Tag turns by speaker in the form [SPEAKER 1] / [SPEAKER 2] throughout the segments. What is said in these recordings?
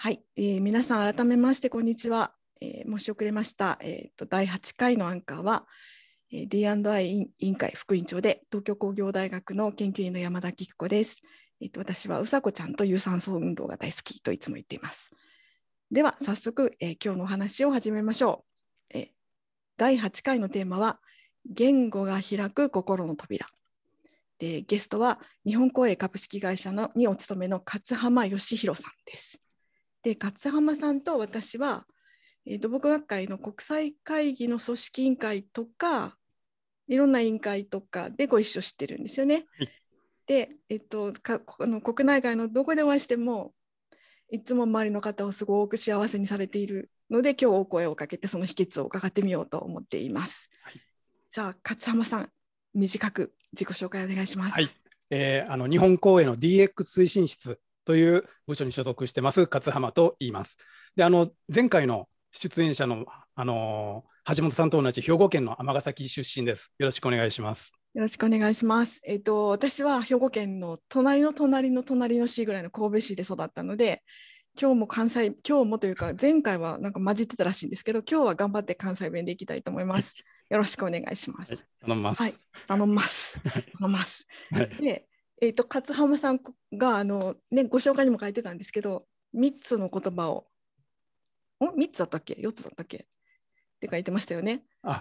[SPEAKER 1] はい、皆さん改めましてこんにちは。申し遅れました。第8回のアンカーは、D&I 委員会副委員長で東京工業大学の研究員の山田貴子です。私はうさこちゃんと有酸素運動が大好きといつも言っています。では早速、今日のお話を始めましょう。第8回のテーマは言語が開く心の扉。でゲストは日本公営株式会社にお勤めの勝浜義弘さんです。で勝浜さんと私は、土木学会の国際会議の組織委員会とかいろんな委員会とかでご一緒してるんですよね。
[SPEAKER 2] はい、
[SPEAKER 1] で、国内外のどこでお会いしてもいつも周りの方をすごく幸せにされているので、今日お声をかけてその秘訣を伺ってみようと思っています。はい、じゃあ勝浜さん、短く自己紹介お願いします。
[SPEAKER 2] はい、日本公営の DX 推進室という部署に所属してます勝浜と言います。で前回の出演者の、橋本さんと同じ兵庫県の尼崎出身です。よろしくお願いします。
[SPEAKER 1] よろしくお願いします。私は兵庫県の隣の隣の隣の市ぐらいの神戸市で育ったので、今日もというか前回はなんか混じってたらしいんですけど、今日は頑張って関西弁でいきたいと思います。よろしくお願いします。
[SPEAKER 2] はい、頼みます。
[SPEAKER 1] はい、頼みます。頼みます。はい、で、勝浜さんがご紹介にも書いてたんですけど、3つの言葉を、3つだったっけ ?4 つだったっけって書いてましたよね。
[SPEAKER 2] はい、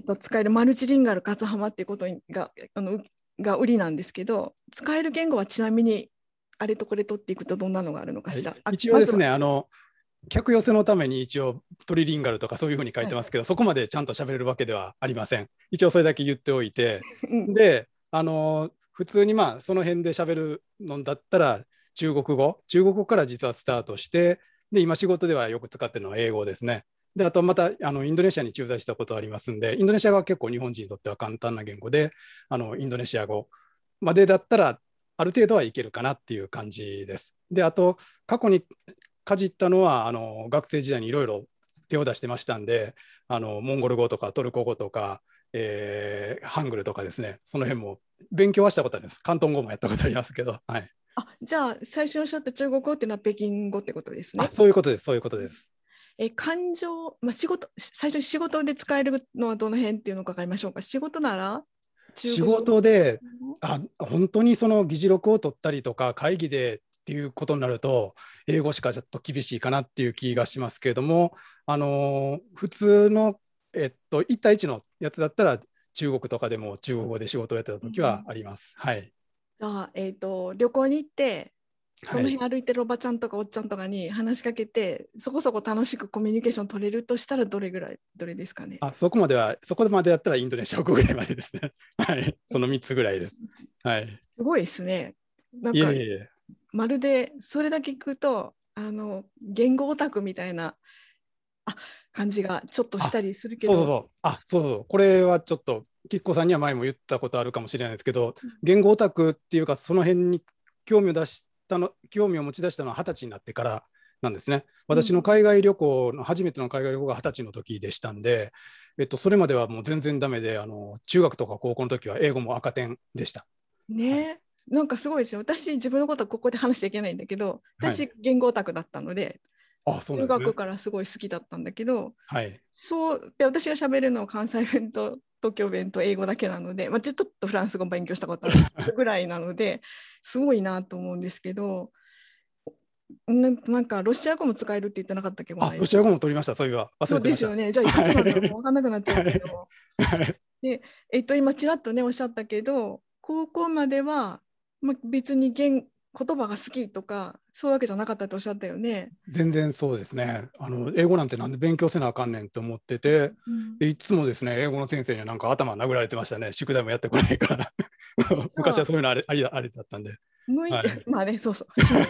[SPEAKER 1] 使えるマルチリンガル勝浜っていうことが売りなんですけど、使える言語はちなみにあれとこれとっていくとどんなのがあるのかしら。
[SPEAKER 2] はい、一応ですね、客寄せのために一応トリリンガルとかそういうふうに書いてますけど、はい、そこまでちゃんと喋れるわけではありません。一応それだけ言っておいて、で普通にその辺で喋るのだったら中国語から実はスタートして、で今仕事ではよく使ってるのは英語ですね。であとまたインドネシアに駐在したことありますんで、インドネシア語は結構日本人にとっては簡単な言語で、インドネシア語までだったらある程度はいけるかなっていう感じです。であと過去にかじったのは学生時代にいろいろ手を出してましたんで、モンゴル語とかトルコ語とか、ハングルとかですね、その辺も勉強はしたことあります。広東語もやったことありますけど、はい、
[SPEAKER 1] じゃあ最初におっしゃった中国語っていうのは北京語ってことですね。
[SPEAKER 2] そういうことです、そういうことです。
[SPEAKER 1] 感情、最初に仕事で使えるのはどの辺っていうのを伺いましょうか。仕事なら
[SPEAKER 2] 仕事で本当にその議事録を取ったりとか会議でっていうことになると英語しかちょっと厳しいかなっていう気がしますけれども、普通の、1対1のやつだったら中国とかでも中国語で仕事をやってた時はあります。はい。
[SPEAKER 1] じゃあ、旅行に行ってその辺歩いてるおばちゃんとかおっちゃんとかに話しかけて、そこそこ楽しくコミュニケーション取れるとしたらどれですかね。
[SPEAKER 2] そこまでだったらインドネシア語ぐらいまでですね。はい。その3つぐらいです。はい。
[SPEAKER 1] すごいですね。なんかまるでそれだけ聞くと言語オタクみたいな感じがちょっとしたりするけど。
[SPEAKER 2] そう。これはちょっときっこさんには前も言ったことあるかもしれないですけど、言語オタクっていうかその辺に興味を持ち出したのは20歳になってからなんですね。私の初めての海外旅行が20歳の時でしたんで、それまではもう全然ダメで、中学とか高校の時は英語も赤点でした。
[SPEAKER 1] ね、はい、なんかすごいですよ。私自分のことはここで話しちゃいけないんだけど、私言語オタクだったので、中学からすごい好きだったんだけど、
[SPEAKER 2] はい、
[SPEAKER 1] そうで私が喋るのは関西弁と東京弁と英語だけなので、ちょっとフランス語勉強したことあるぐらいなのですごいなと思うんですけど、なんかロシア語も使えるって言ってなかったっけ？
[SPEAKER 2] ロシア語も取りました。そういえば忘れてました。
[SPEAKER 1] そうですよね。じゃあいくつなんだろう分かんなくなっちゃうけど、で今ちらっとねおっしゃったけど、高校までは、別に言葉が好きとかそういうわけじゃなかったとおっしゃったよね。
[SPEAKER 2] 全然そうですね。英語なんてなんで勉強せなあかんねんと思ってて、でいつもですね英語の先生にはなんか頭殴られてましたね。宿題もやってこないから昔はそういうのあれだったんで。
[SPEAKER 1] まあね、そうそう、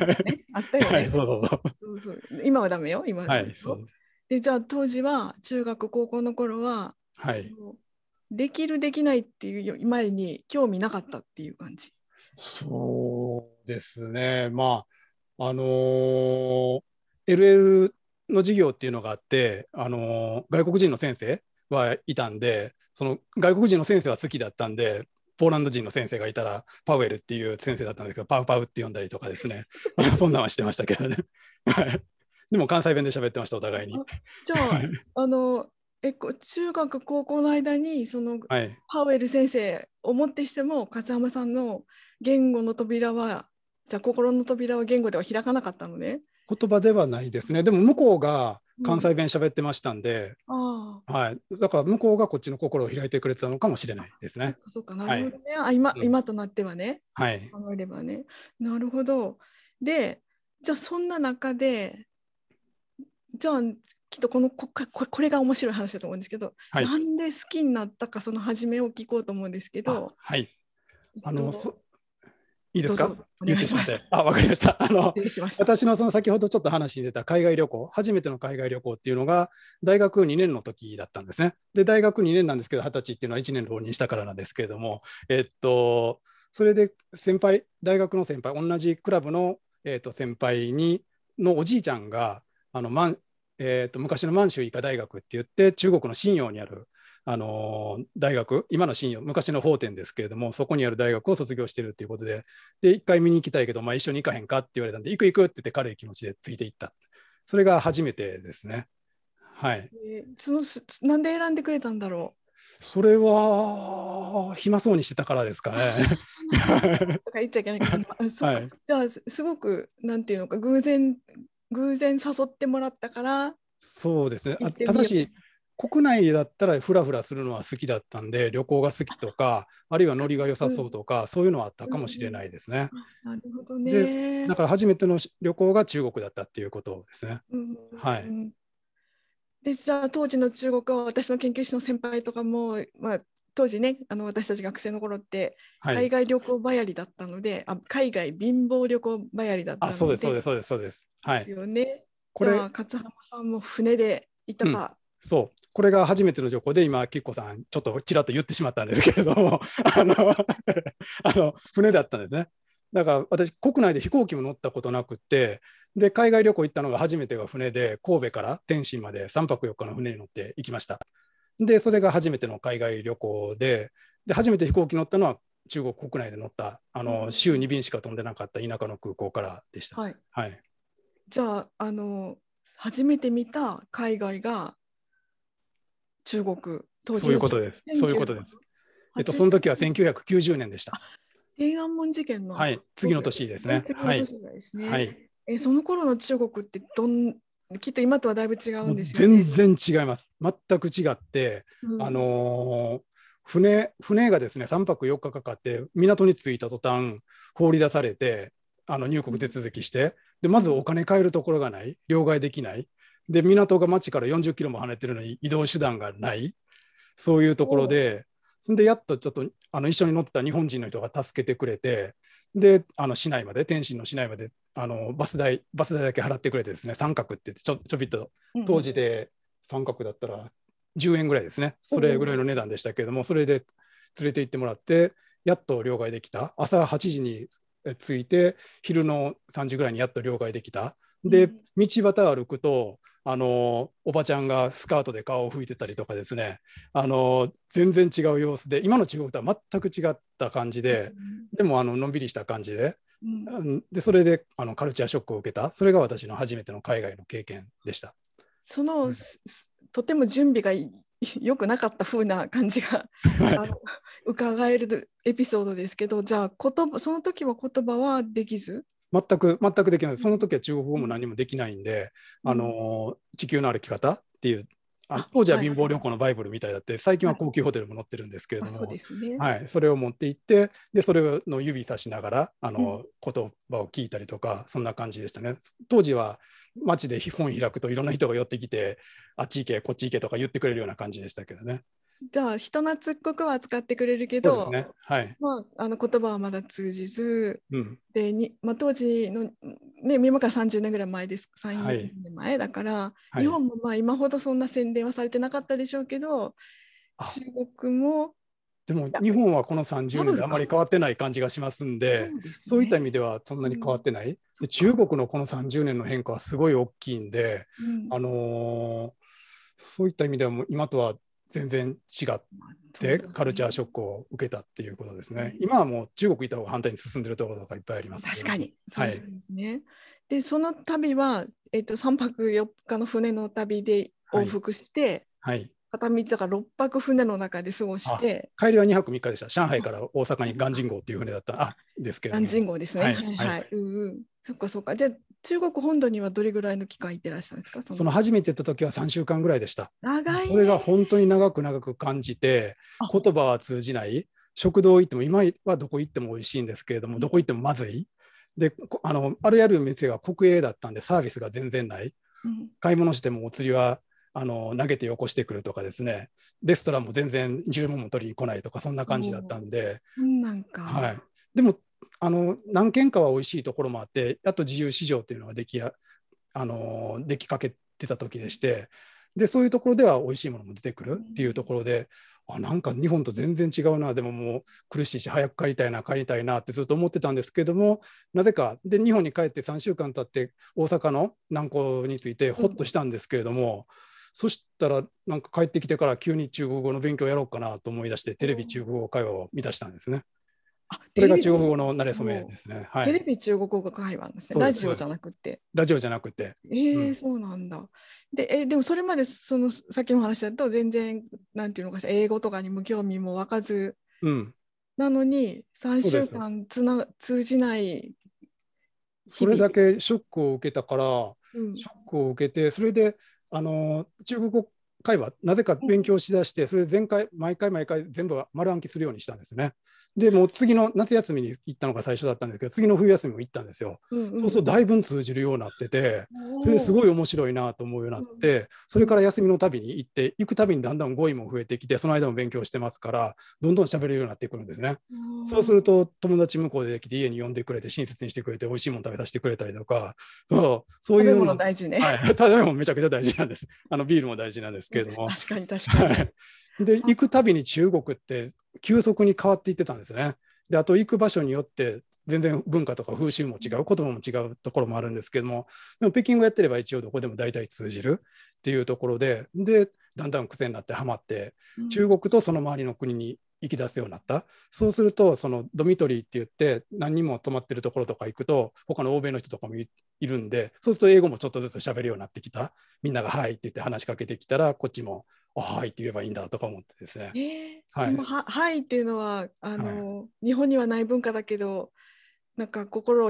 [SPEAKER 1] ね、あったよね。そう今はダメよ、今はダメよ。でじゃあ当時は中学高校の頃は、
[SPEAKER 2] はい、
[SPEAKER 1] できるできないっていう前に興味なかったっていう感じ。
[SPEAKER 2] そうですね。LL の授業っていうのがあって、外国人の先生はいたんで、その外国人の先生は好きだったんで、 ポーランド人の先生がいたらパウエルっていう先生だったんですけど、パウパウって呼んだりとかですねそんなんはしてましたけどねでも関西弁で喋ってました、お互いに。
[SPEAKER 1] じゃあ中学高校の間にその
[SPEAKER 2] はい、
[SPEAKER 1] パウエル先生をもってしても勝浜さんの言語の扉は、じゃあ心の扉は言語では開かなかったのね。
[SPEAKER 2] 言葉ではないですね。でも向こうが関
[SPEAKER 1] うん、
[SPEAKER 2] 西弁喋ってましたんで、
[SPEAKER 1] ああ、
[SPEAKER 2] はい、だから向こうがこっちの心を開いてくれたのかもしれないですね。
[SPEAKER 1] そっかそっか、な
[SPEAKER 2] はい、
[SPEAKER 1] るほどね。
[SPEAKER 2] うん、
[SPEAKER 1] 今となってはね、
[SPEAKER 2] はい、
[SPEAKER 1] 考えればね。なるほど。で、じゃあそんな中で、じゃあきっとこれが面白い話だと思うんですけど、
[SPEAKER 2] はい、
[SPEAKER 1] なんで好きになったか、その初めを聞こうと思うんですけど、
[SPEAKER 2] はい、
[SPEAKER 1] えっ
[SPEAKER 2] あの、
[SPEAKER 1] と、
[SPEAKER 2] いいですか、
[SPEAKER 1] どうぞお
[SPEAKER 2] 言っ
[SPEAKER 1] 願い
[SPEAKER 2] てしまって。
[SPEAKER 1] します。
[SPEAKER 2] わかりました。
[SPEAKER 1] 失礼しました。
[SPEAKER 2] 私のその先ほどちょっと話に出た海外旅行、初めての海外旅行っていうのが大学2年の時だったんですね。で、大学2年なんですけど、20歳っていうのは1年浪人したからなんですけれども、それで大学の先輩、同じクラブの、先輩のおじいちゃんが、昔の満州医科大学って言って、中国の信陽にある大学、今の信用、昔の法典ですけれども、そこにある大学を卒業しているということで、一回見に行きたいけど、一緒に行かへんかって言われたんで、行く行くって言って軽い気持ちでついていった。それが初めてですね。はい。
[SPEAKER 1] なんで選んでくれたんだろ
[SPEAKER 2] それは、暇そうにしてたからですか
[SPEAKER 1] う。あ
[SPEAKER 2] ね。
[SPEAKER 1] あ、なるほど。とか言っちゃいけないけど、そっか。
[SPEAKER 2] はい。
[SPEAKER 1] じゃあ、すごく、なんていうのか、偶然誘ってもらったから
[SPEAKER 2] そうですね。
[SPEAKER 1] 行ってみよう。
[SPEAKER 2] ただし、国内だったらフラフラするのは好きだったんで、旅行が好きとか、あるいはノリが良さ
[SPEAKER 1] うん、
[SPEAKER 2] そうとか、そういうのはあった
[SPEAKER 1] うん、
[SPEAKER 2] かもしれないですね。
[SPEAKER 1] うん。なるほど
[SPEAKER 2] で、だ
[SPEAKER 1] ね。
[SPEAKER 2] から初めての旅行が中国だったっていうことですね。
[SPEAKER 1] うん、
[SPEAKER 2] はい。
[SPEAKER 1] うん。で、じゃあ、当時の中国は私の研究室の先輩とかも、当時ね、私たち学生の頃って
[SPEAKER 2] はい。
[SPEAKER 1] 海外旅行ばやりだったので、海外貧乏旅行ばやりだっ
[SPEAKER 2] あ、そうです、そう
[SPEAKER 1] たので、
[SPEAKER 2] です、そうです、そうです。
[SPEAKER 1] です
[SPEAKER 2] はい。
[SPEAKER 1] よね。
[SPEAKER 2] これ、
[SPEAKER 1] じゃあ、勝浜さんも船で行った
[SPEAKER 2] うん。
[SPEAKER 1] か。
[SPEAKER 2] そう。これが初めての旅行で、今、きっこさん、ちょっとちらっと言ってしまったんですけれども、船だったんですね。だから私、国内で飛行機も乗ったことなくて、で、海外旅行行ったのが初めてが船で、神戸から天津まで3泊4日の船に乗って行きました。で、それが初めての海外旅行で、初めて飛行機乗ったのは中国国内で乗った、
[SPEAKER 1] うん、
[SPEAKER 2] 週2便しか飛んでなかった田舎の空港からでした。
[SPEAKER 1] はい。
[SPEAKER 2] はい。
[SPEAKER 1] じゃあ、初めて見た海外が中国、当
[SPEAKER 2] そういう
[SPEAKER 1] 時の
[SPEAKER 2] ことです。そういうことです。その時は
[SPEAKER 1] 1980、
[SPEAKER 2] 1990年でした。
[SPEAKER 1] 天安門事件の
[SPEAKER 2] はい。次の
[SPEAKER 1] 後ですね。
[SPEAKER 2] 年ですね。
[SPEAKER 1] 次の
[SPEAKER 2] はい。
[SPEAKER 1] 年がですね。
[SPEAKER 2] はい。
[SPEAKER 1] その頃の中国ってきっと今とはだいぶ違う
[SPEAKER 2] もう
[SPEAKER 1] んですよね。
[SPEAKER 2] 全然違います。全く違って、あ
[SPEAKER 1] うん、
[SPEAKER 2] のー船がですね、3泊4日かかって、港に着いた途端、放り出されて、入国手続きして、で、まずお
[SPEAKER 1] うん、
[SPEAKER 2] 金買えるところがない、両替できない、で、港が町から40キロも離れてるのに移動手段がない、そういうところ
[SPEAKER 1] おう、
[SPEAKER 2] で、そんでやっとちょっと一緒に乗った日本人の人が助けてくれて、で、市内まで、天津の市内までバス代だけ払ってくれてですね、三角って言ってちょびっと、当
[SPEAKER 1] うんうん、
[SPEAKER 2] 時で三角だったら10円ぐらいですね、それぐらいの値段でしたけれども、それで連れて行ってもらって、やっと両替できた。朝8時に着いて、昼の3時ぐらいにやっと両替できた。で、
[SPEAKER 1] うん、
[SPEAKER 2] 道端歩くと、おばちゃんがスカートで顔を拭いてたりとかですね、全然違う様子で、今の中国とは全く違った感じで、でものんびりした感じで、
[SPEAKER 1] うん。
[SPEAKER 2] でそれでカルチャーショックを受けた、それが私の初めての海外の経験でした。うん、
[SPEAKER 1] とても準備が良くなかった風な感じが
[SPEAKER 2] はい、
[SPEAKER 1] あの伺えるエピソードですけど、じゃあその時は言葉はできず。
[SPEAKER 2] 全くできない。
[SPEAKER 1] うん
[SPEAKER 2] その時は中国語も
[SPEAKER 1] うん
[SPEAKER 2] 何もできないんで、
[SPEAKER 1] うん、
[SPEAKER 2] 地球の歩き方っていう、
[SPEAKER 1] あ、
[SPEAKER 2] 当時は
[SPEAKER 1] はい、
[SPEAKER 2] 貧乏旅行のバイブルみたいだって、最近
[SPEAKER 1] はい、
[SPEAKER 2] は高級ホテルも載ってるんですけれ
[SPEAKER 1] あ、そう
[SPEAKER 2] ども、
[SPEAKER 1] ですね。
[SPEAKER 2] はい、それを持って行って、で、それの指さしながら、
[SPEAKER 1] うん、
[SPEAKER 2] 言葉を聞いたりとか、そんな感じでしたね。当時は街で本開くといろんな人が寄ってきて、あっち行け、こっち行けとか言ってくれるような感じでしたけどね。
[SPEAKER 1] じゃあ人懐っこくは扱ってくれるけど、
[SPEAKER 2] そうですね。はい。
[SPEAKER 1] 言葉はまだ通じず
[SPEAKER 2] うん。
[SPEAKER 1] で当時の、ね、今から30年ぐらい前です、3、40
[SPEAKER 2] はい。
[SPEAKER 1] 年前だから、
[SPEAKER 2] はい。
[SPEAKER 1] 日本も今ほどそんな洗練はされてなかったでしょうけど、
[SPEAKER 2] あ、
[SPEAKER 1] 中国も、
[SPEAKER 2] でも
[SPEAKER 1] いや、
[SPEAKER 2] 日本はこの30年であまり
[SPEAKER 1] バブルか。
[SPEAKER 2] 変わってない感じがしますんで、
[SPEAKER 1] そうです
[SPEAKER 2] そういった意
[SPEAKER 1] ね。
[SPEAKER 2] 味ではそんなに変わ
[SPEAKER 1] うん、
[SPEAKER 2] ってない。で、中
[SPEAKER 1] そっか。
[SPEAKER 2] 国のこの30年の変化はすごい大きいんで、
[SPEAKER 1] うん、
[SPEAKER 2] そういった意味ではもう今とは全然違ってカルチャーショックを受けたっていうことですね。今はもう中国行った方が反対に進んでるところとかいっぱいありますけど。
[SPEAKER 1] 確かにそうですね。でその旅は、3泊4日の船の旅で往復して、片道だから6泊船の中で過ごして、
[SPEAKER 2] 帰りは2泊3日でした。上海から大阪に鑑真号っていう船だったですけど、
[SPEAKER 1] 鑑真号ですね。そっかそっか。じゃあ中国本土にはどれぐらいの期間行ってらっしゃるんですか？
[SPEAKER 2] その初めて行った時は3週間ぐらいでした。
[SPEAKER 1] 長いね。
[SPEAKER 2] それが本当に長く長く感じて、言葉は通じない。食堂行っても、今はどこ行っても美味しいんですけれども、どこ行ってもまずい。で、ある店が国営だったんで、サービスが全然ない。買い物してもお釣りは投げてよこしてくるとかですね、レストランも全然注文も取りに来ないとか、そんな感じだったんで、でも何軒かは美味しいところもあって、あと自由市場というのができかけてた時でして、でそういうところでは美味しいものも出てくるっていうところで、なんか日本と全然違うな、でももう苦しいし早く帰りたいなってずっと思ってたんですけども、なぜかで日本に帰って3週間経って大阪の南港についてほっとしたんですけれども、そしたらなんか帰ってきてから急に中国語の勉強やろうかなと思い出して、テレビ中国語会話を見出したんですね。それが中国語の慣れ初めですね。
[SPEAKER 1] テレビ中国語会話ですね。ラジオじゃなくて。
[SPEAKER 2] ラジオじゃなくて。
[SPEAKER 1] そうなんだ。でもそれまでさっきの話だと全然なんていうのかしら、英語とかに無興味も湧かず、なのに3週間通じない。
[SPEAKER 2] それだけショックを受けたから、ショックを受けて、それで中国語会話なぜか勉強しだして、それで毎回全部丸暗記するようにしたんですね。でもう次の夏休みに行ったのが最初だったんですけど、次の冬休みも行ったんですよ。そうするとだいぶ通じるようになってて、それですごい面白いなと思うようになって、それから休みの旅に行くたびにだんだん語彙も増えてきて、その間も勉強してますから、どんどん喋れるようになってくるんですね。そうすると友達向こうで来て家に呼んでくれて、親切にしてくれて、美味しいもの食べさせてくれたりとか、そういう
[SPEAKER 1] の大事ね。
[SPEAKER 2] 食べ物めちゃくちゃ大事なんです。ビールも大事なんですけれども。
[SPEAKER 1] 確かに。
[SPEAKER 2] で行くたびに中国って急速に変わっていってたんですね。であと行く場所によって全然文化とか風習も違う、言葉も違うところもあるんですけども、でも北京語やってれば一応どこでも大体通じるっていうところで、だんだん癖になってハマって、中国とその周りの国に行き出すようになった。そうするとそのドミトリーって言って何人も泊まってるところとか行くと他の欧米の人とかもいるんで、そうすると英語もちょっとずつ喋るようになってきた。みんながはいって言って話しかけてきたら、こっちもはいって言えばいいんだとか思ってですね。
[SPEAKER 1] そのはいっていうのは日本にはない文化だけど、なんか心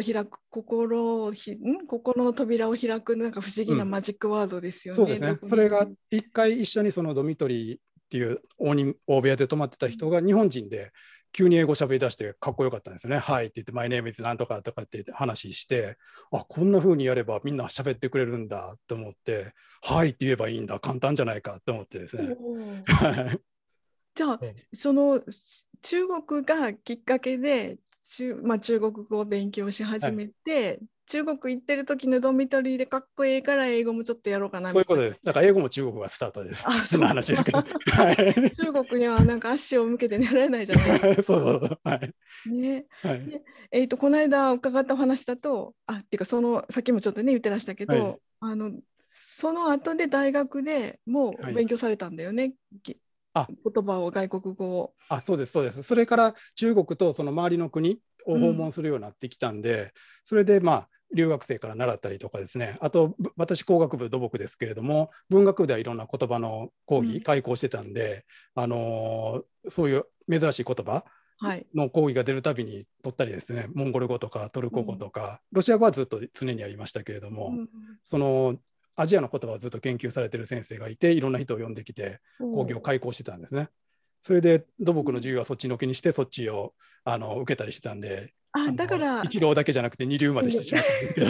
[SPEAKER 1] の扉を開くなんか不思議なマジックワードですよね。
[SPEAKER 2] そうですね。それが一回一緒にそのドミトリーっていう大部屋で泊まってた人が日本人で、急に英語喋り出してかっこよかったんですよね。はいって言って、マイネームイズなんとかとかって話して、こんな風にやればみんな喋ってくれるんだと思って、はいって言えばいいんだ、簡単じゃないかと思ってですね。
[SPEAKER 1] じゃあその中国がきっかけで中国語を勉強し始めて、中国行ってる時のドミトリーでかっこいいから英語もちょっとやろうかなみたいな。
[SPEAKER 2] そういうことです。だから英語も中国語がスタートです。そんな話ですけど。
[SPEAKER 1] 中国にはなんか足を向けて寝られないじゃないですか。
[SPEAKER 2] そう
[SPEAKER 1] ね。この間伺ったお話だと、っていうかさっきもちょっとね言ってらしたけど、その後で大学でもう勉強されたんだよね。言葉を、外国語を。
[SPEAKER 2] そうです。それから中国とその周りの国を訪問するようになってきたんで、それで留学生から習ったりとかですね、あと私工学部土木ですけれども、文学部ではいろんな言葉の講義開講してたんで、そういう珍しい言葉の講義が出るたびに取ったりですね、モンゴル語とかトルコ語とか、ロシア語はずっと常にありましたけれども、そのアジアの言葉をずっと研究されてる先生がいて、いろんな人を呼んできて講義を開講してたんですね。それで土木の授業はそっちのけにして、そっちを受けたりしてたんで、
[SPEAKER 1] だから
[SPEAKER 2] 1浪だけじゃなくて2流までしてしまったんですけど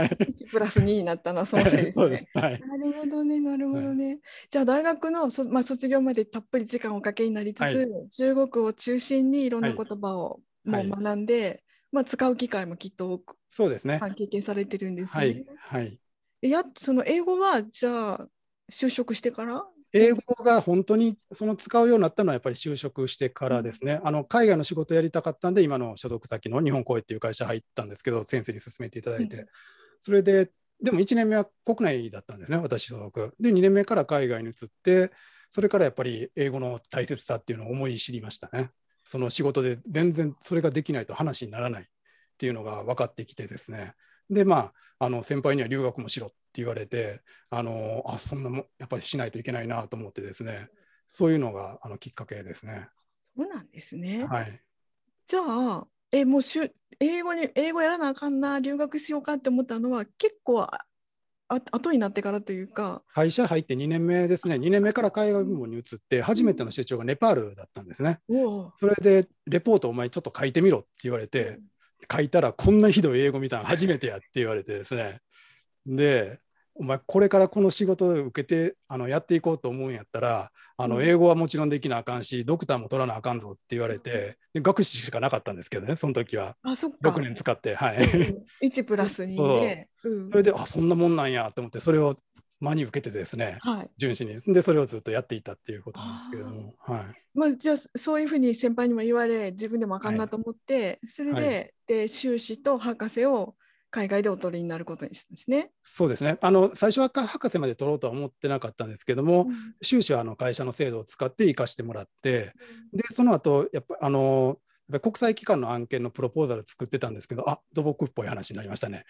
[SPEAKER 1] 1プラス2になったのはそのせいですね。なるほどね。じゃあ大学の卒業までたっぷり時間をおかけになりつつ、中国を中心にいろんな言葉をもう学んで、使う機会もきっと多く経験されてるんですね。その英語はじゃあ就職してから？
[SPEAKER 2] 英語が本当に使うようになったのはやっぱり就職してからですね。海外の仕事やりたかったんで、今の所属先の日本公営っていう会社入ったんですけど、先生に勧めていただいて、それででも1年目は国内だったんですね、私所属で。2年目から海外に移って、 それからやっぱり英語の大切さっていうのを思い知りましたね。その仕事で全然それができないと話にならないっていうのが分かってきてですね。で先輩には留学もしろって言われて、そんなもやっぱりしないといけないなと思ってですね、そういうのがきっかけですね。
[SPEAKER 1] そうなんですね。
[SPEAKER 2] はい。
[SPEAKER 1] じゃあ、もう英語やらなあかんな、留学しようかって思ったのは結構後になってからというか。
[SPEAKER 2] 会社入って2年目ですね。2年目から海外部門に移って、初めての出張がネパールだったんですね。それで、レポートお前ちょっと書いてみろって言われて、書いたらこんなひどい英語見たの初めてやって言われてですね。で、お前これからこの仕事を受けてやっていこうと思うんやったら英語はもちろんできなあかんしドクターも取らなあかんぞって言われて、で学士しかなかったんですけどね、その時は。
[SPEAKER 1] そっか。
[SPEAKER 2] 6年使って、はい。
[SPEAKER 1] 1プラス2で。
[SPEAKER 2] それでそんなもんなんやと思って、それを真に受けてですね、純粋に。でそれをずっとやっていたっていうことなんですけれども。
[SPEAKER 1] じゃあそういうふうに先輩にも言われ、自分でもあかんなと思って、それで、修士と博士を海外でお取りになることにしたんですね。
[SPEAKER 2] そうですね。最初は博士まで取ろうとは思ってなかったんですけども、修士は会社の制度を使って生かしてもらって、でその後やっぱ国際機関の案件のプロポーザル作ってたんですけど、土木っぽい話になりましたね。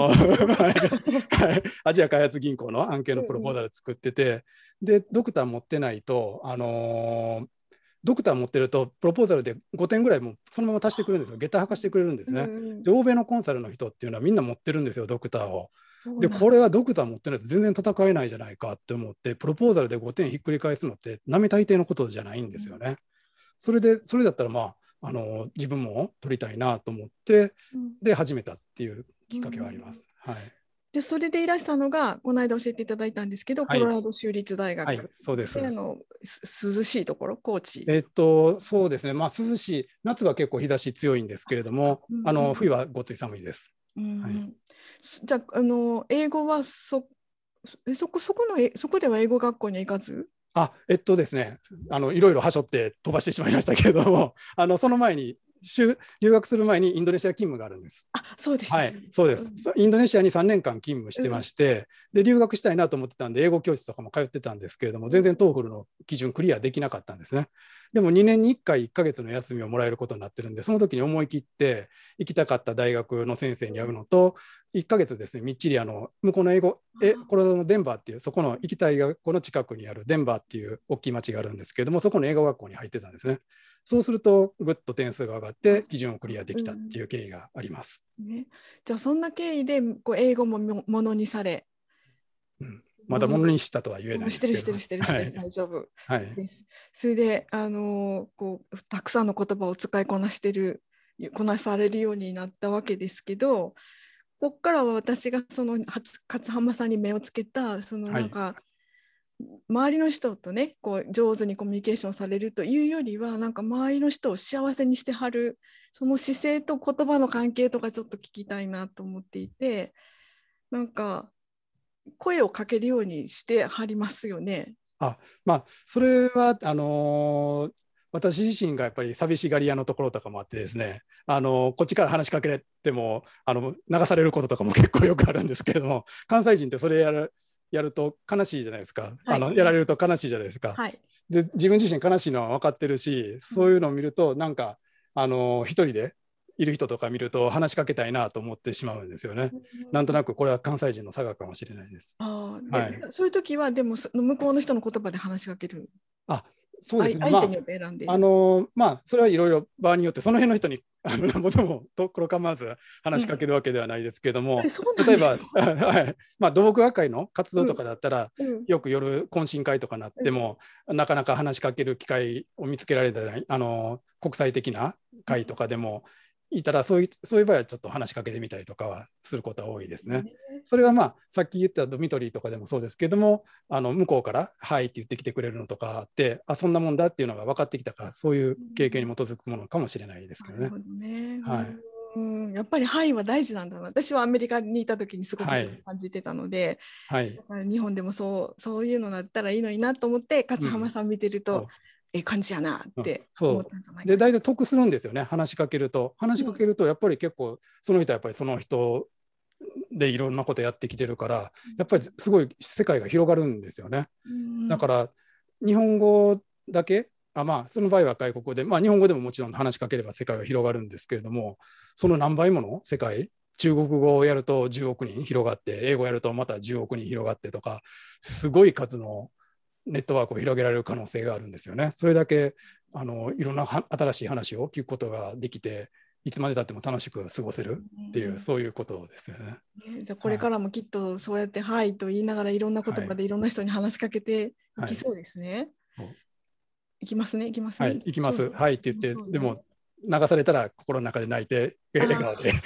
[SPEAKER 2] アジア開発銀行の案件のプロポーザル作ってて、でドクター持ってないと、ドクター持ってるとプロポーザルで5点ぐらいもそのまま足してくれるんですよ。下駄履かしてくれるんですね。で欧米のコンサルの人っていうのはみんな持ってるんですよ、ドクターを。でこれはドクター持ってないと全然戦えないじゃないかって思って、プロポーザルで5点ひっくり返すのって並大抵のことじゃないんですよね。それだったら自分も取りたいなと思って、で始めたっていうきっかけはあります。
[SPEAKER 1] でそれでいらしたのがこの間教えていただいたんですけど、コロラド州立大学、
[SPEAKER 2] そうです。
[SPEAKER 1] 涼しいところ、高知。
[SPEAKER 2] そうですね、涼しい、夏は結構日差し強いんですけれども、冬はごつい寒いです。
[SPEAKER 1] じゃあ、英語はそこでは英語学校には行かず？
[SPEAKER 2] ですね、いろいろはしょって飛ばしてしまいましたけれども、その前に留学する前にインドネシア勤務があるんです。
[SPEAKER 1] そうです。
[SPEAKER 2] そうです。インドネシアに3年間勤務してまして、で留学したいなと思ってたんで英語教室とかも通ってたんですけれども、全然トーフルの基準クリアできなかったんですね。でも2年に1回1ヶ月の休みをもらえることになってるんで、その時に思い切って行きたかった大学の先生に会うのと、1ヶ月ですね、みっちり向こうのコロラドのデンバーっていう、そこの行きたい学校の近くにあるデンバーっていう大きい町があるんですけれども、そこの英語学校に入ってたんですね。そうするとぐっと点数が上がって基準をクリアできたっていう経緯があります。
[SPEAKER 1] じゃあそんな経緯で英語もものにされ、
[SPEAKER 2] まだものにしたとは言えないですけど。
[SPEAKER 1] してる大丈夫です。それでたくさんの言葉を使いこなされるようになったわけですけど、ここからは私がその勝浜さんに目をつけたなんか、周りの人とね上手にコミュニケーションされるというよりは、なんか周りの人を幸せにしてはるその姿勢と言葉の関係とかちょっと聞きたいなと思っていて、なんか声をかけるようにしてはりますよね。
[SPEAKER 2] それは私自身がやっぱり寂しがり屋のところとかもあってですね、こっちから話しかけられても流されることとかも結構よくあるんですけれども、関西人ってそれやると悲しいじゃないですか、やられると悲しいじゃないですか。で自分自身悲しいのは分かってるし、そういうのを見るとなんか一人でいる人とか見ると話しかけたいなと思ってしまうんですよね。なんとなくこれは関西人の差がかもしれないです。
[SPEAKER 1] そういう時はでも向こうの人の言葉で話しかける。
[SPEAKER 2] そうですね。
[SPEAKER 1] 相手によって選んで。
[SPEAKER 2] それはいろいろ場によってその辺の人になんぼでもところ構わず話しかけるわけではないですけども、例えば土木学会の活動とかだったら、よく夜懇親会とかなっても、なかなか話しかける機会を見つけられたり、国際的な会とかでもいたらそういう場合はちょっと話しかけてみたりとかはすることは多いですね。それはさっき言ったドミトリーとかでもそうですけども、向こうから「はい」って言ってきてくれるのとかあって、そんなもんだっていうのが分かってきたから、そういう経験に基づくものかもしれないですけどね。
[SPEAKER 1] やっぱり「はい」は大事なんだな。私はアメリカにいた時にすごく感じてたので、だから日本でもそういうのだったらいいのになと思って、勝浜さん見てると、感じやなって思ったんじゃないかな。
[SPEAKER 2] で大体得するんですよね、話しかけると。やっぱり結構その人はやっぱりその人でいろんなことやってきてるから、やっぱりすごい世界が広がるんですよね。だから日本語だけ、その場合は外国語で、日本語でももちろん話しかければ世界は広がるんですけれども、その何倍もの世界、中国語をやると10億人広がって、英語をやるとまた10億人広がってとか、すごい数のネットワークを広げられる可能性があるんですよね。それだけいろんな新しい話を聞くことができて、いつまでたっても楽しく過ごせるっていう、そういうことですよね。
[SPEAKER 1] じゃあこれからもきっとそうやって「はい」と言いながらいろんな言葉でいろんな人に話しかけていきそうですね。いきますね、いきますね。
[SPEAKER 2] はい、行きます。はいって言って、でも流されたら心の中で泣いて笑顔で。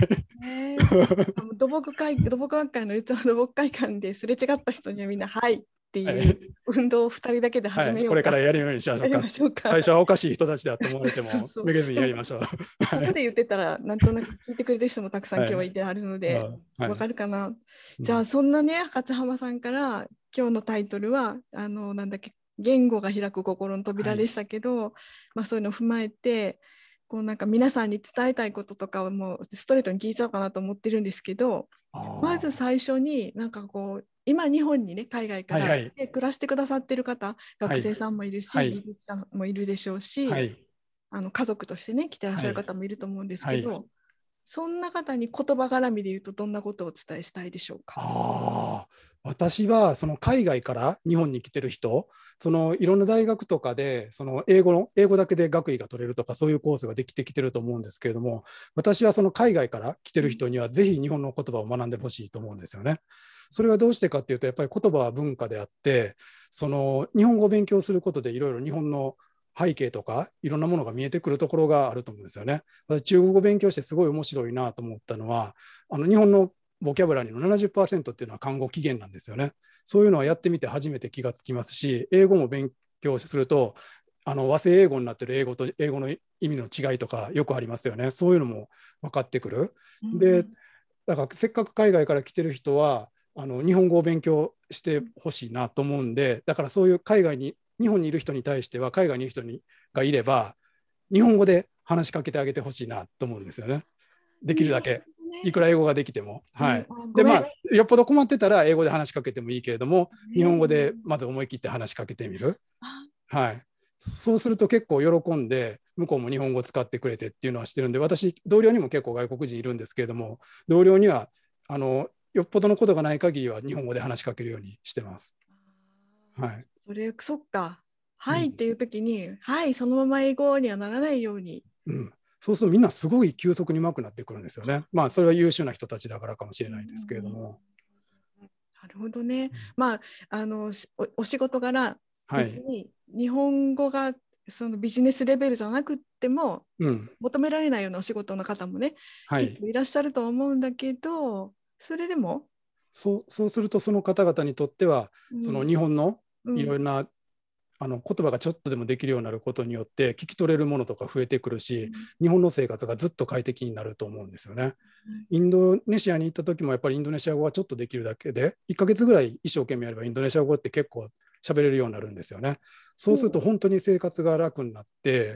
[SPEAKER 1] 土木学会の四つの土木会館ですれ違った人にはみんな「はい」っていう運動を2人だけで始めようか、
[SPEAKER 2] これからやるようにしましょうか。最初はおかしい人たちだと思われてもめげずにやりましょう。こ
[SPEAKER 1] こで言ってたらなんとなく聞いてくれてる人もたくさん今日はいてあるので、わかるかな。じゃあそんなね勝浜さんから今日のタイトルはなんだっけ、言語が開く心の扉でしたけど、そういうのを踏まえてこうなんか皆さんに伝えたいこととかをもうストレートに聞いちゃおうかなと思ってるんですけど、まず最初になんかこう今日本にね海外から暮らしてくださってる方、学生さんもいるし、技術者もいるでしょうし、家族としてね来てらっしゃる方もいると思うんですけど、そんな方に言葉絡みで言うとどんなことをお伝えしたいでしょうか。
[SPEAKER 2] 私はその海外から日本に来てる人、そのいろんな大学とかでその英語だけで学位が取れるとかそういうコースができてきてると思うんですけれども、私はその海外から来てる人にはぜひ日本の言葉を学んでほしいと思うんですよね。それはどうしてかっていうと、やっぱり言葉は文化であって、その日本語を勉強することでいろいろ日本の背景とかいろんなものが見えてくるところがあると思うんですよね。私中国語を勉強してすごい面白いなと思ったのは、日本のボキャブラリーの 70% っていうのは漢語起源なんですよね。そういうのはやってみて初めて気がつきますし、英語も勉強すると和製英語になってる英語と英語の意味の違いとかよくありますよね。そういうのも分かってくる。で、だからせっかく海外から来てる人は日本語を勉強してほしいなと思うんで、だからそういう日本にいる人に対しては海外にいる人がいれば日本語で話しかけてあげてほしいなと思うんですよね。できるだけ。いくら英語ができても。でよっぽど困ってたら英語で話しかけてもいいけれども、日本語でまず思い切って話しかけてみる。そうすると結構喜んで向こうも日本語を使ってくれてっていうのはしてるんで、私同僚にも結構外国人いるんですけれども、同僚にはよっぽどのことがない限りは日本語で話しかけるようにしてます。
[SPEAKER 1] それそっか、はいっていう時に、はいそのまま英語にはならないように。
[SPEAKER 2] そうするとみんなすごい急速に上手くなってくるんですよね。それは優秀な人たちだからかもしれないですけれども。
[SPEAKER 1] なるほどね。お仕事柄、別に日本語がそのビジネスレベルじゃなくても、求められないようなお仕事の方もね、結構いらっしゃると思うんだけど、それでも
[SPEAKER 2] そうするとその方々にとっては、その日本のいろんな言葉がちょっとでもできるようになることによって聞き取れるものとか増えてくるし、日本の生活がずっと快適になると思うんですよね。インドネシアに行った時もやっぱりインドネシア語がちょっとできるだけで1ヶ月ぐらい一生懸命やればインドネシア語って結構喋れるようになるんですよね。そうすると本当に生活が楽になって、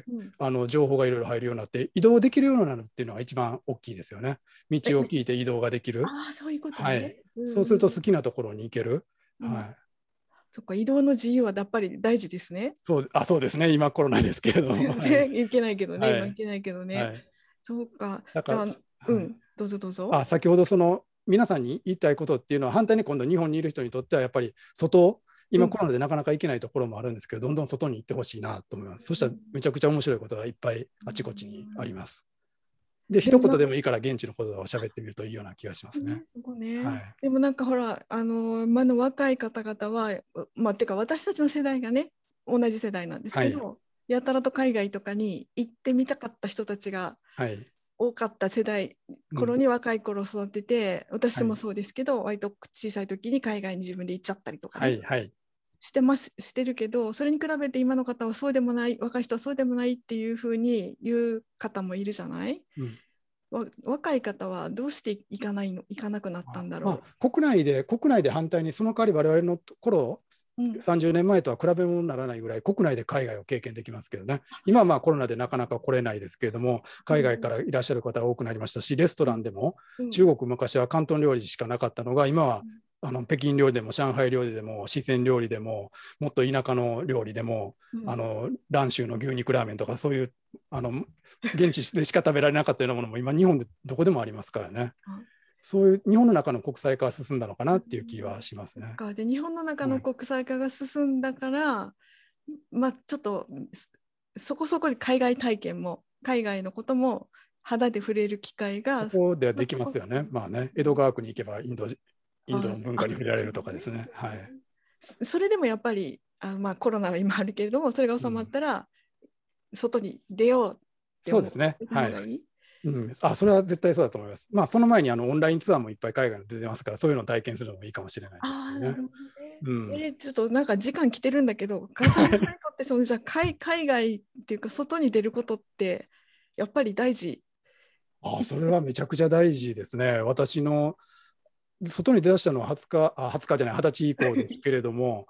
[SPEAKER 2] 情報がいろいろ入るようになって移動できるようになるっていうのが一番大きいですよね。道を聞いて移動ができる。
[SPEAKER 1] そういうことね。
[SPEAKER 2] そうすると好きなところに行ける。
[SPEAKER 1] そっか、移動の自由はやっぱり大事ですね。
[SPEAKER 2] そうですね、今コロナですけれども。
[SPEAKER 1] いけないけどね、今いけないけどね。そうか。じゃあ、どうぞどうぞ。
[SPEAKER 2] 先ほどその皆さんに言いたいことっていうのは反対に今度日本にいる人にとってはやっぱり今コロナでなかなか行けないところもあるんですけど、どんどん外に行ってほしいなと思います。そしたらめちゃくちゃ面白いことがいっぱいあちこちにあります。で一言でもいいから現地の言葉を喋ってみるといいような気がしますね。
[SPEAKER 1] でもなんかほら今の若い方々はてか私たちの世代がね同じ世代なんですけど、やたらと海外とかに行ってみたかった人たちが多かった世代頃に若い頃育てて、私もそうですけど、割と小さい時に海外に自分で行っちゃったりとかね、してるけど、それに比べて今の方はそうでもない、若い人はそうでもないっていうふうに言う方もいるじゃない。若い方はどうして行かなくなったんだろ
[SPEAKER 2] う。国内で反対にその代わり我々の頃、30年前とは比べ物にならないぐらい国内で海外を経験できますけどね。今はコロナでなかなか来れないですけれども、海外からいらっしゃる方が多くなりましたし、レストランでも中国昔は広東料理しかなかったのが今は北京料理でも上海料理でも四川料理でももっと田舎の料理でも、蘭州の牛肉ラーメンとかそういう現地でしか食べられなかったようなものも今日本でどこでもありますからね。そういう日本の中の国際化が進んだのかなっていう気はしますね。
[SPEAKER 1] で日本の中の国際化が進んだから、ちょっとそこそこで海外体験も海外のことも肌で触れる機会が
[SPEAKER 2] ここではできますよね。江戸川区に行けばインドの文化に触れられるとかですね。
[SPEAKER 1] それでもやっぱりコロナは今あるけれども、それが収まったら外に出ようって思った方がいい。
[SPEAKER 2] それは絶対そうだと思います。その前にオンラインツアーもいっぱい海外の出てますから、そういうのを体験するのもいいかもしれないですね。
[SPEAKER 1] ちょっとなんか時間来てるんだけど、笠原さんにとってじゃあ海外っていうか外に出ることってやっぱり大事？
[SPEAKER 2] それはめちゃくちゃ大事ですね。私の外に出だしたのは20日じゃない、20歳以降ですけれども、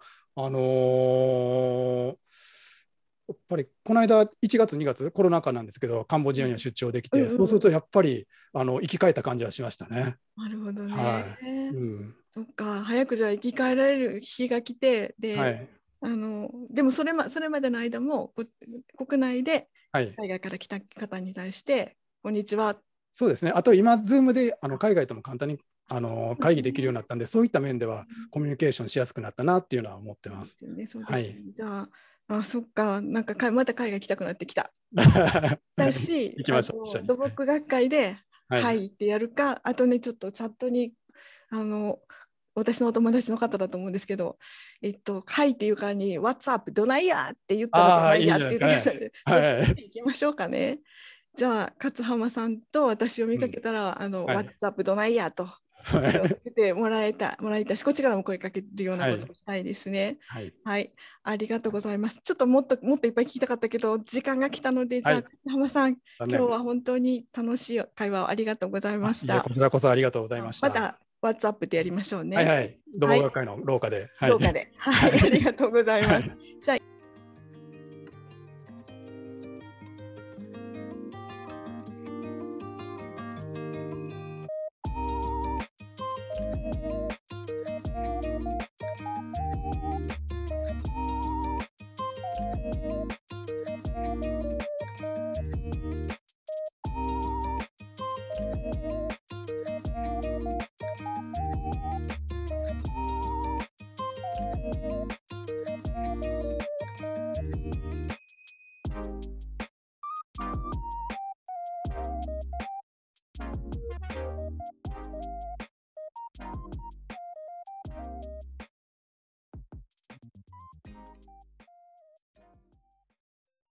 [SPEAKER 2] やっぱりこの間1月2月コロナ禍なんですけど、カンボジアには出張できて、そうするとやっぱり生き返った感じはしましたね。
[SPEAKER 1] なるほどね。そっか、早くじゃあ生き返られる日が来て、でもそれまでの間も国内で海外から来た方に対してこんにちは。
[SPEAKER 2] そうですね。あと今 Zoom で海外とも簡単に会議できるようになったんで、そういった面ではコミュニケーションしやすくなったなっていうのは思ってます。
[SPEAKER 1] そうですよね。じゃあそっか、なんかまた海外来たくなってきた。だし、土木学会ではいってやるか、あとねちょっとチャットに私のお友達の方だと思うんですけど、はいっていうからに What's up どないやって言ったらどないやって言ってくれたので、そっち行きましょうかね。じゃあ勝浜さんと私を見かけたらWhat's up どないやと言ってもらいたし、こちらからも声かけるようなことをしたいですね。はい、ありがとうございます。ちょっともっといっぱい聞きたかったけど時間が来たので、じゃあ勝浜さん、今日は本当に楽しい会話をありがとうございました。
[SPEAKER 2] こちらこそありがとうございました。
[SPEAKER 1] またWhatsApp でやりましょうね。
[SPEAKER 2] 土木学会の廊下で。
[SPEAKER 1] 廊下で。はい、ありがとうございます。じゃあ